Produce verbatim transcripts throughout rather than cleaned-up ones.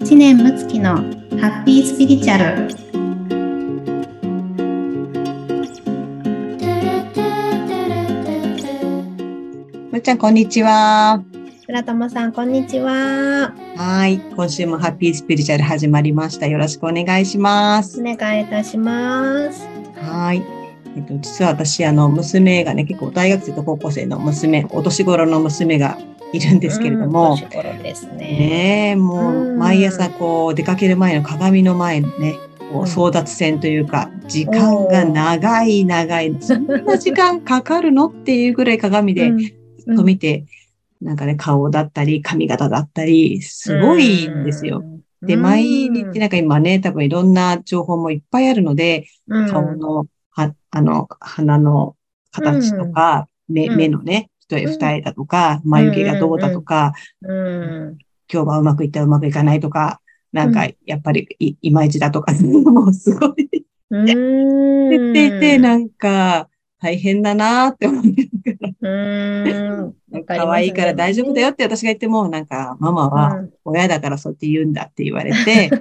知念睦月のハッピースピリチュアル。 むっちゃんこんにちは。 倉友さんこんにちは。 はい、今週もハッピースピリチュアル始まりました。よろしくお願いしまおす。 願いいたします。 はい。えっと、実は私、あの、娘がね、結構大学生と高校生の娘、お年頃の娘がいるんですけれどうん、 も、 年頃ですね。 ねえ、もう、毎朝こう、出かける前の鏡の前のね、こう、争奪戦というか、時間が長い長い、そんな時間かかるのっていうぐらい鏡でずっと見て、なんかね、顔だったり、髪型だったり、すごいんですよ。で、毎日なんか今ね、多分いろんな情報もいっぱいあるので、顔の、は、あの、鼻の形とか、目、目のね、一重二重だとか、眉毛がどうだとか、今日はうまくいったうまくいかないとか、なんか、やっぱりい、いまいちだとか、もうすごい言っていて、なんか、大変だなーって思いながら。可愛いから大丈夫だよって私が言っても、なんか、ママは親だからそうやって言うんだって言われて、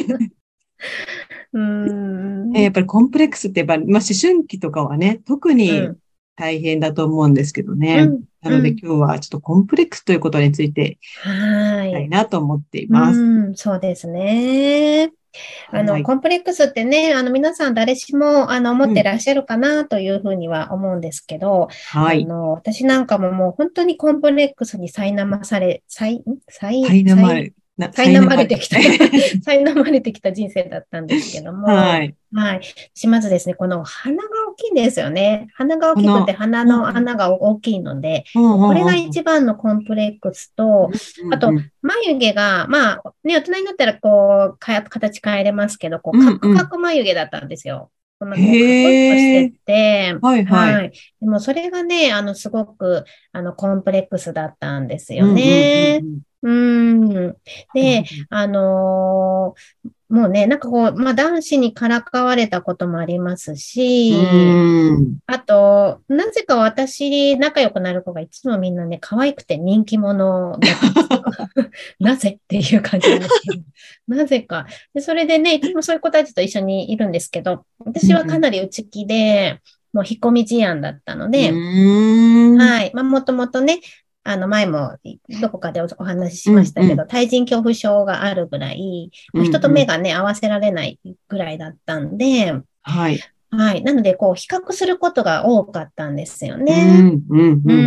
やっぱりコンプレックスってやっぱり、まあ、思春期とかはね、特に大変だと思うんですけどね。なので今日はちょっとコンプレックスということについて、はい。たいなと思っています。 うん、そうですね。あの、コンプレックスってね、あの、皆さん誰しも、あの、持ってらっしゃるかなというふうには思うんですけど、 はい。 あの、私なんかももう本当にコンプレックスに苛まされ、苛、 苛まれ、 苛まれてきた、苛まれてきた人生だったんですけども、はい。はい。しまずですね、この鼻が大きいんですよね。鼻が大きくて鼻の穴が大きいので、これが一番のコンプレックスと、あと、眉毛が、まあ、ね、大人になったらこう、か形変えれますけど、こう、カクカク眉毛だったんですよ。このこうカクッとしてて、はいはい。はい。でもそれがね、あの、すごく、あの、コンプレックスだったんですよね。うん。で、あのー、もうね、なんかこう、まあ男子にからかわれたこともありますし、あと、なぜか私、仲良くなる子がいつもみんなね、可愛くて人気者だったんですよ。なぜっていう感じなんですけど。なぜかで。それでね、いつもそういう子たちと一緒にいるんですけど、私はかなり内気で、もう引っ込み思案だったので、はい。まあ、もともとね、あの、前もどこかでお話ししましたけど、対人恐怖症があるぐらい、人と目がね、合わせられないぐらいだったんで、はい。はい。なので、こう、比較することが多かったんですよね。うん、うん。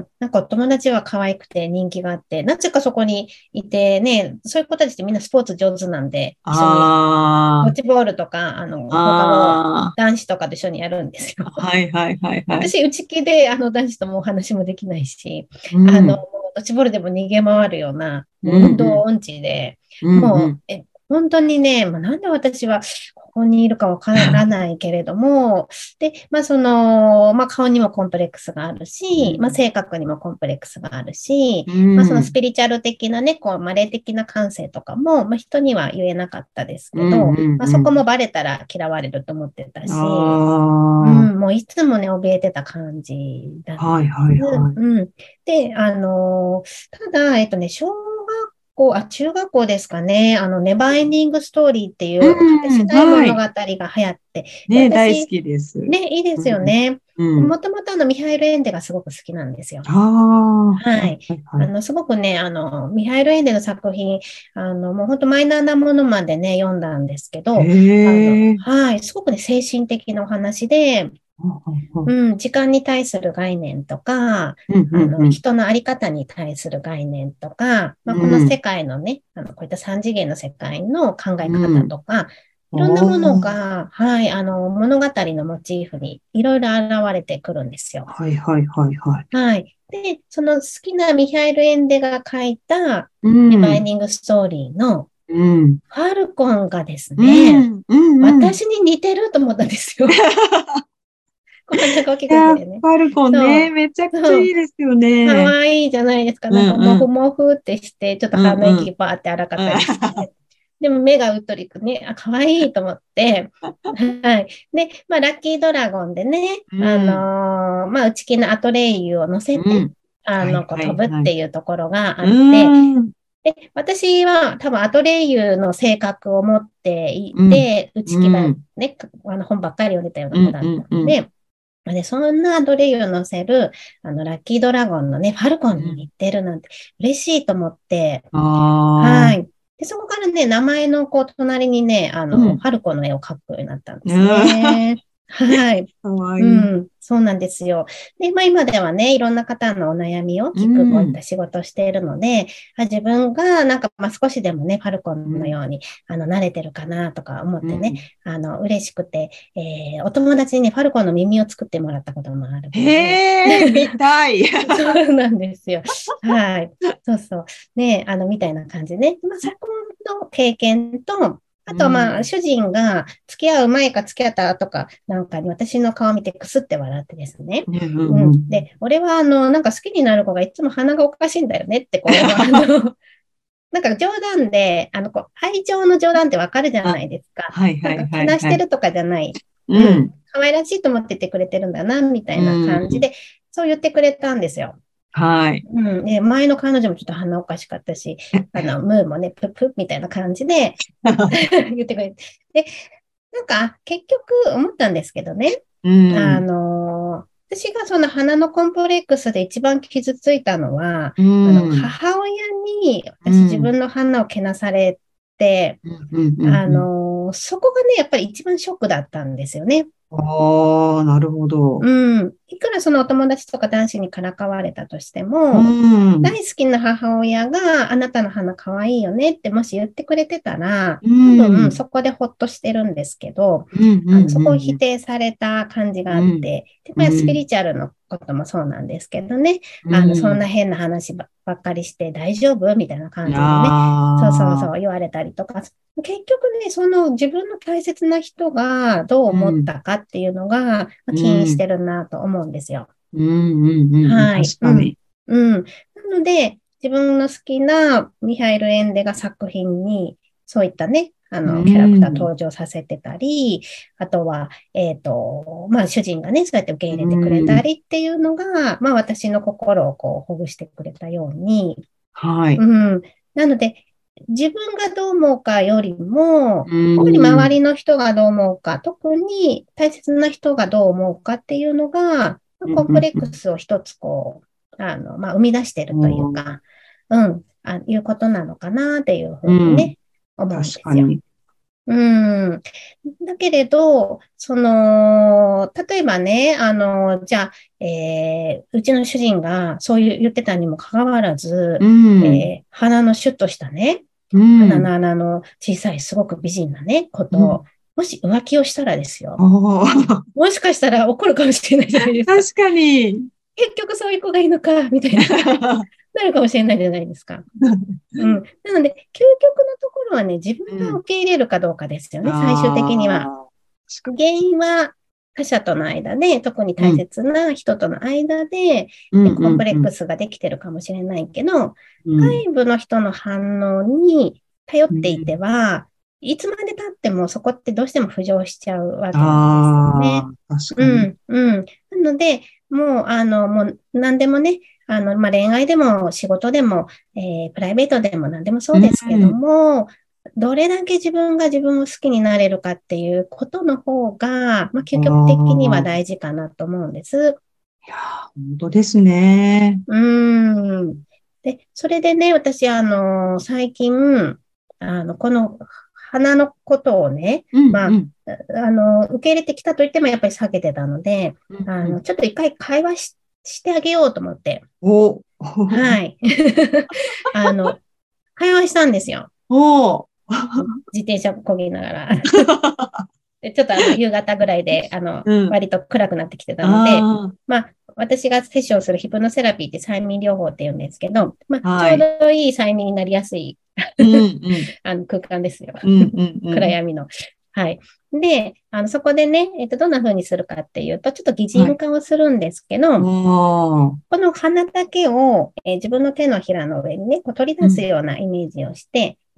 なんか、友達は可愛くて人気があって、なぜかそこにいてね、そういう子たちってみんなスポーツ上手なんで、一緒に、ドッジボールとか、あの、他の男子とかと一緒にやるんですよ。 はいはいはいはい。 私、内気で、あの、男子ともお話もできないし、うん、あの、ドッジボールでも逃げ回るような、運動音痴で、うんうん、もう、え、本当にね、まあ、なんで私はここにいるかわからないけれども、で、まあ、その、まあ、顔にもコンプレックスがあるし、まあ、性格にもコンプレックスがあるし、まあ、そのスピリチュアル的なね、こう、まあ、霊的な感性とかも、まあ、人には言えなかったですけど、まあ、そこもバレたら嫌われると思ってたし、うん、もういつもね、怯えてた感じだった。はいはいはい。うん。で、あの、ただ、えっとね、小学校、あ、中学校ですかね。あの、ネバーエンディングストーリーっていう果てしない物語が流行って。 ね、大好きです。 ね、いいですよね。もともとあの、ミハイル・エンデがすごく好きなんですよ。 はい。あの、すごくね、あの、ミハイル・エンデの作品、あの、もう本当マイナーなものまでね、読んだんですけど、あの、はい、すごくね、精神的なお話で、うん、時間に対する概念とか、うんうんうん、あの人のあり方に対する概念とか、まあ、この世界のね、あのこういった三次元の世界の考え方とか、うん、いろんなものが、はい、あの物語のモチーフにいろいろ現れてくるんですよ。 はいはいはいはい。 はい。で、その好きなミハイル・エンデが書いた、ネバーエンディングストーリーの、うん、ファルコンがですね、うんうんうん、私に似てると思ったんですよ。こんな大きくてね。 ファルコンね、めちゃくちゃいいですよね。 かわいいじゃないですか。なんか、もふもふってして、ちょっと鼻の息バーって荒かったりして。うんうん、でも目がうっとりくね、あ、かわいいと思って。はい。で、まあ、ラッキードラゴンでね、うん、あのー、まあ、内気のアトレイユを乗せて、うん、あの、こう飛ぶっていうところがあって、 で、私は多分アトレイユの性格を持っていうん。 て、内気ばうん。 ね、あの本ばっかり読んでたような子うん。 だったうん。うん。 ので、で、そんなアトレイユを乗せる、あの、ラッキードラゴンのね、ファルコンに似てるなんて嬉しいと思って、 ああはい。で、そこからね、名前のこう、隣にね、あー、うの、 ん。 ファルコンの絵を描くようになったんですうん。 ね。はい。 かわいうい。 ん、そうなんですよ。で、まあ今ではね、いろんな方のお悩みをう聞くこういっん。 た仕事をしているので、あ自分がなんかまあ少しでもね、ファルコンのうん。 ようにあの慣れてるかなとか思ってね、 うん。 あの嬉しくて、えーお友達にね、ファルコンの耳を作ってもらったこともあるぐらいね。 へえ、見たい。 そうなんですよ。はい。そうそう。ね、あの、みたいな感じね。まあ、そこの経験と、あうとはまあ、 ん。 主人が付き合う前か付き合った後かなんかに私の顔を見てくすって笑ってですね。 ね、ううん。 んうん。 で、俺はあの、なんか好きになる子がいつも鼻がおかしいんだよねって、こう、あの、なんか冗談で、あの、こう、愛情の冗談ってわかるじゃあ、 ないですか。 はいはいなんか、けはいはい。 なしてるとかじゃない。うん。 うん。 可愛らしいと思っててくれてるんだな、みたういな感じん。 で、そう言ってくれたんですよ。 はい。 うん。で、前の彼女もちょっと鼻おかしかったし、あの、ムーもね、プップッみたいな感じで言ってくれて。で、なんか、結局思ったんですけどね。 うあん。 のー私がその鼻のコンプレックスで一番傷ついたのは、 うあの、 ん。 母親にうん。 私自分の鼻をけなされて、 うん。うん。うん。 あうん。 のーそこがね、やっぱり一番ショックだったんですよね。 ああ、なるほど。 うん。いくらそのお友達とか男子にからかわれたとしてうも、大ん。 好きな母親があなたの花可愛いよねってもし言ってくれてたら、 う多分ん。 そこでほっとしてるんですけど、 うん。うあの、そこをん。 否定された感じがあっうん。 て、で、 うん。 まあ、スピうん。 リチュアルのこともそうなんですけどね、 うあの、そんなん。 変な話ばっかりして大丈夫みたいな感じでね、そうそうああ。 そう言われたりとか、結局ね、その自分の大切な人がどううん。 思ったかっていうのが、まあう起因してん。 るなと思うんですよ。 うん。うん。うん。 はい。うん。 確かに。 うん。なので、自分の好きなミハイル・エンデが作品に、そういったね、あうの、キャラクターん。 登場させてたり、あとは、えっと、まあ、主人がね、そうやって受けう入れてくれたん。 りっていうのが、まあ、私の心をこう、ほぐしてくれたように、 はい。 うん。なので、自分がどう思うかよりも、 うやっぱり周ん。 りの人がどう思うか、特に大切な人がどう思うかっていうのが、 うん。 コンプレッうん。 クスを一つこう、あの、まあ、生み出しているといううん。 か、うん、あ、いうことなのかなっていうふうにうん。 ね、思うんですよ。 確かに。 うん。だけれど、その、例えばね、あの、じゃあ、えーうちの主人がそういう言ってたにもかかわらず、 うん。 えー鼻のシュッとしたね、 うん。 鼻の穴の小さい、すごく美人なね、こうん。 と、もし浮気をしたらですよ。 おー。 もしかしたら怒るかもしれないじゃないですか。 確かに。 結局そういう子がいいのか、みたいな、なるかもしれないじゃないですか。うん。なので、究極のところはね、自分うん。 が受け入れるかどうかですよね、最終的には。 ああ、確か原因は他者との間で、特にに。うん。 大切な人との間で、 うん。 でコンプうん。うん。 レックスができてるかもしれないけど、 うん。 外部の人の反応に頼っうていてん。 は、いつまで経ってもそこってどうしても浮上しちゃうわけなんですよね。 ああ、確かに。 うん、うん。なので、もう、あの、もう何でもね、あの、まあ、恋愛でも仕事でも、えープライベートでも何でもそううですけどん。 も、どれだけ自分が自分を好きになれるかっていうことの方が、まあ、究極的にはああ、 大事かなと思うんです。 いやー、本当ですね。 うーん。で、それでね、私、あの、最近、あの、この花のことをね、 うん。 まあ、 うん。 あの、受け入れてきたと言ってもやっぱり避けてたので、 うん。 あの、 うん。 ちょっと一回会話し、してあげようと思って、 お、 はい。あの、会話したんですよ。 お、 自転車こぎながら。でちょっとあの、夕方ぐらいで、あの、 うん。 割と暗くなってきてたので、 あまあ、私がセッションするヒプノセラピーって催眠療法って言うんですけど、まあ、 あ、 ちょうはい。 どいい催眠になりやすいうん。うん。 あの空間ですよ。 うん。うん。うん。 暗闇の。はい。で、あの、そこでね、えっと、どんな風にするかっていうと、ちょっと擬はい。 人化をするんですけど、 おー。 この花だけを、えー自分の手のひらの上にね、こう取り出すうん。 ようなイメージをして、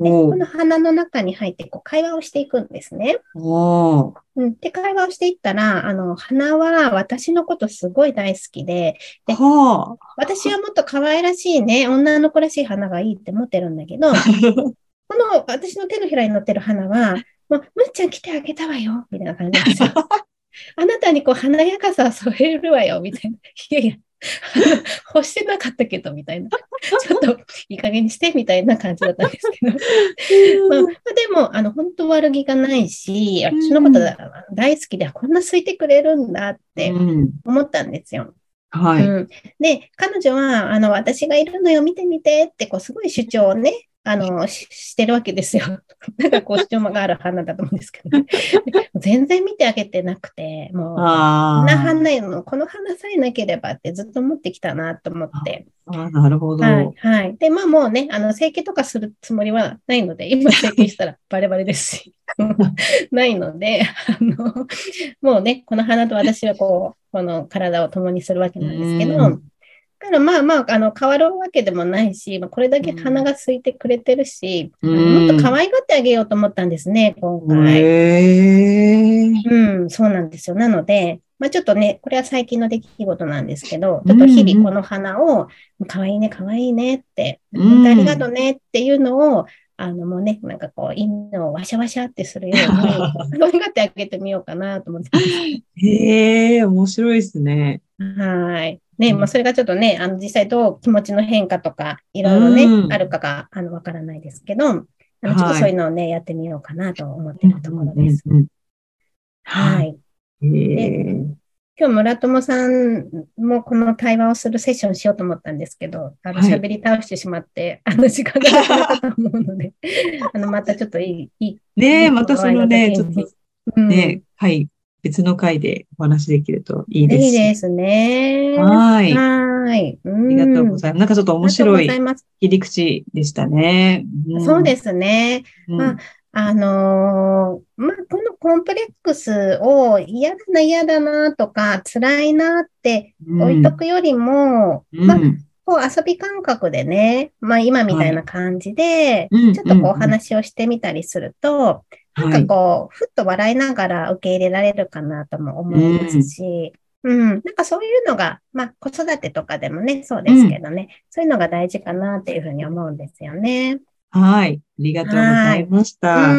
で、この花の中に入ってこう会話をしていくんですね。 おー。 うん、で、会話をしていったら、あの、花は私のことすごい大好きで、で、 はあ。 私はもっと可愛らしいね、女の子らしい花がいいって思ってるんだけど、この私の手のひらに乗ってる花は、もう、むっちゃん来てあげたわよ、みたいな感じなんですよ。あなたにこう華やかさを添えるわよ、みたいな。いやいや、あの、欲してなかったけど、みたいな。ちょっといい加減にして、みたいな感じだったんですけど。まあ、でも、あの、本当悪気がないし、 う私のことん。 大好きで、こんな空いてくれるんだっうてん。 思ったんですよ。 はい。 うん。で、彼女は、あの、私がいるのよ、見てみてって、こう、すごい主張をね、あの、し、してるわけですよ。なんかこう、主張がある花だと思うんですけどね。で全然見てあげてなくて、もう、こんなあ花の、この花さえなければってずっと思ってきたなと思っあ。 て。 ああ、なるほはい、 ど。 はい。で、まあもうね、あの、整形とかするつもりはないので、今整形したらバレバレですし、ないので、あの、もうね、この花と私はこう、この体を共にするわけうなんですけど、 ん。 だからまあまあ、あの、変わるわけでもないし、まあ、これだけ鼻が空いてくれてるし、 うあの、もっと可ん。 愛がってあげようと思ったんですね、今う回。 ええ。 うん、そうなんですよ。なので、まあ、ちょっとね、これは最近の出来事なんですけど、 うちょっと日ん。うん。 々この花を、可愛いね、可愛いねって、 う本当ありがとうん。 ねっていうのを、あの、もうね、なんかこう、犬をワシャワシャってするように、可愛がってあげてみようかなと思ってます。 へえ、面白いですね。 はい。ね、まあ、 うん。 それがちょっとね、あの、実際どう気持ちの変化とか、いろいろね、あるうん。 かが、あの、わからないですけど、あの、ちょっとはい。 そういうのをね、やってみようかなと思っうん。 ているとこうん。 ろです。 うん。うん。ははい。 い。 で、 へえ。 今日村友さんもこの対話をするセッションしようと思ったんですけど、あの、 はい。 喋り倒してしまって、あの、時間がなくなったと思うので、あの、またちょっといい、いい、 ねえ、 いいまた頃合いのそのね、ちょっと時に、うね、 ん、 回、別の回でお話できるといいですし。 いいですね。 はい。 はーい。 ありがとううん。 ございます。なんかちょっと面ありがとう白いございます。 切り口でしたね。うん。 そうですね。まあ、 うん。 あのーまあ、このコンプレックスを嫌だな、嫌だなとか、辛いなって置いとうん。 くよりも、まあ、 うん。 こう遊び感覚でね、まあ今みたいなはい。 感じで、 うん。うん。 ちょっとこうおうん。 話をしてみたりすると、なんかはい。 こう、ふっと笑いながら受け入れられるかなともう思いますん。 し、うん、なんかそういうのが、まあ子育てとかでもね、そうですけうん。 どね、そういうのが大事かなっていうふうに思うんですよね。 はい。ありがとうござはい。 いました。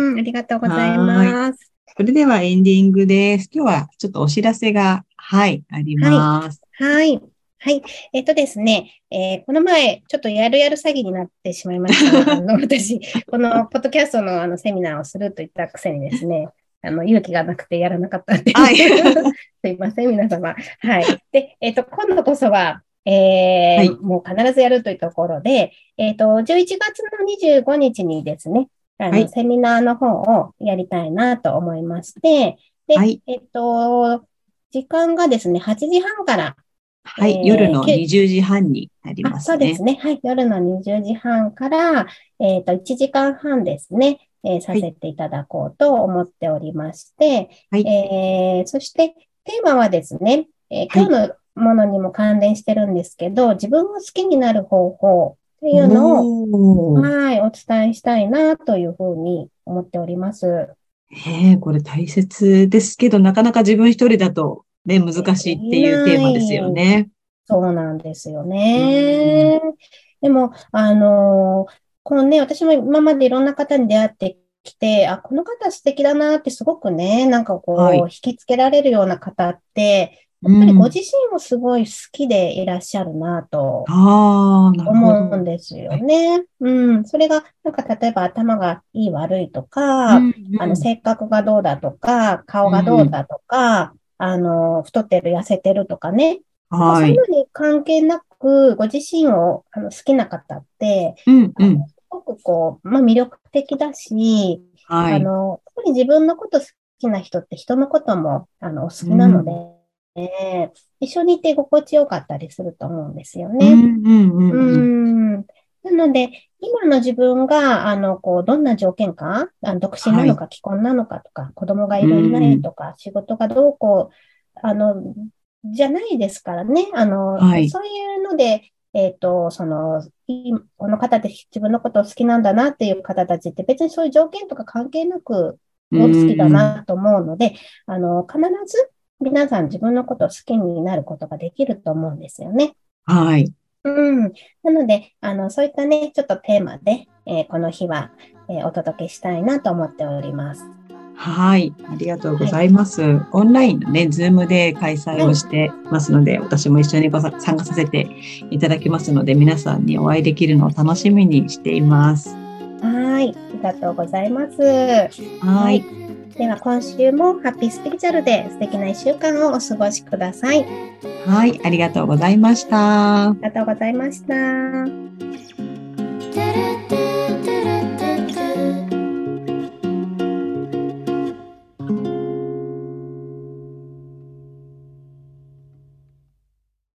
うん、ありがとうございはい。 ます。 それではエンディングです。今日はちょっとお知らせが、はい、ありはい。 ます。 はい。はい。えっとですね、えーこの前、ちょっとやるやる詐欺になってしまいましたが、あの、私、このポッドキャストのあのセミナーをすると言ったくせにですね、あの、勇気がなくてやらなかったってはい。 いうすいません、皆様。はい。で、えっと、今度こそは、 はい。 えーもう必ずやるというところで、えっと、じゅういちがつのにじゅうごにちにちにですね、あの、 はい。 セミナーの方をやりたいなと思いまして、で、 はい。 えっと、時間がですね、はちじはんから、 はい。夜えー、 のきゅにじゅうじはんになりあ、 ますね。 そうですね。はい。夜のにじゅうじはんから、えっと、いちじかんはんですね、えーさはい。 せていただこうと思っておりまして、 はい。 えーそして、テーマはですね、えーはい。 今日のものにも関連してるんですけど、自分を好きになる方法というのを、 おー。 はい、お伝えしたいなというふうに思っております。 ええ、これ大切ですけど、なかなか自分一人だとね、難でしいっていうテーきなマですよい。 ね。 そうなんですようん。 ね。でも、あのこのね、私も今までいろんな方に出会ってきて、あ、この方素敵だなってすごくね、なんかこう、 はい。 引きつけられるような方って、やうっぱりごん。 自身をすごい好きでいらっしゃるなとああ、なるほ思うんど。 ですよはい。 ね。うん。それが、なんか例えば頭がいい悪いとか、 うん、 あの、 うん、 性格がどうだとか、顔うがどうん。 だとか、あの、太ってる、痩せてるとかね。なんかはい。 そういうのに関係なく、ご自身をあの好きな方って、 うん、うあの、 ん。 すごくこう、まあ、魅力的だし、 はい。 あの、やっぱり自分のこと好きな人って人のことも、あの、お好うきなのん。 で、一緒にいて心地よかったりすると思うんですよね。 うん、うん、ううん、うん。 ん。なので、今の自分が、あの、こう、どんな条件か、あの独身なはい。 のか、既婚なのかとか、子供がいうるいないん。 とか、仕事がどうこう、あの、じゃないですからね。あの、 はい。 そういうので、 えっと、その、いこの方って自分のことを好きなんだなっていう方たちって別にそういう条件とか関係なくう好きだん。 なと思うので、あの、必ず皆さん自分のことを好きになることができると思うんですよね。 はい。 うん。なので、あの、そういったね、ちょっとテーマで、えーこの日は、えーお届けしたいなと思っております。 はい。ありがとうごはい。 ざいます。オンラインのね、ズームで開催はい。 をしてますので、私も一緒にごさ参加させていただきますので、皆さんにお会いできるのを楽しみにしています。 はい。ありがとうございます。ははい。 い。では、今週もハッピースピリチュアルで素敵な一週間をお過ごしください。 はい。ありがとうございました。 ありがとうございました。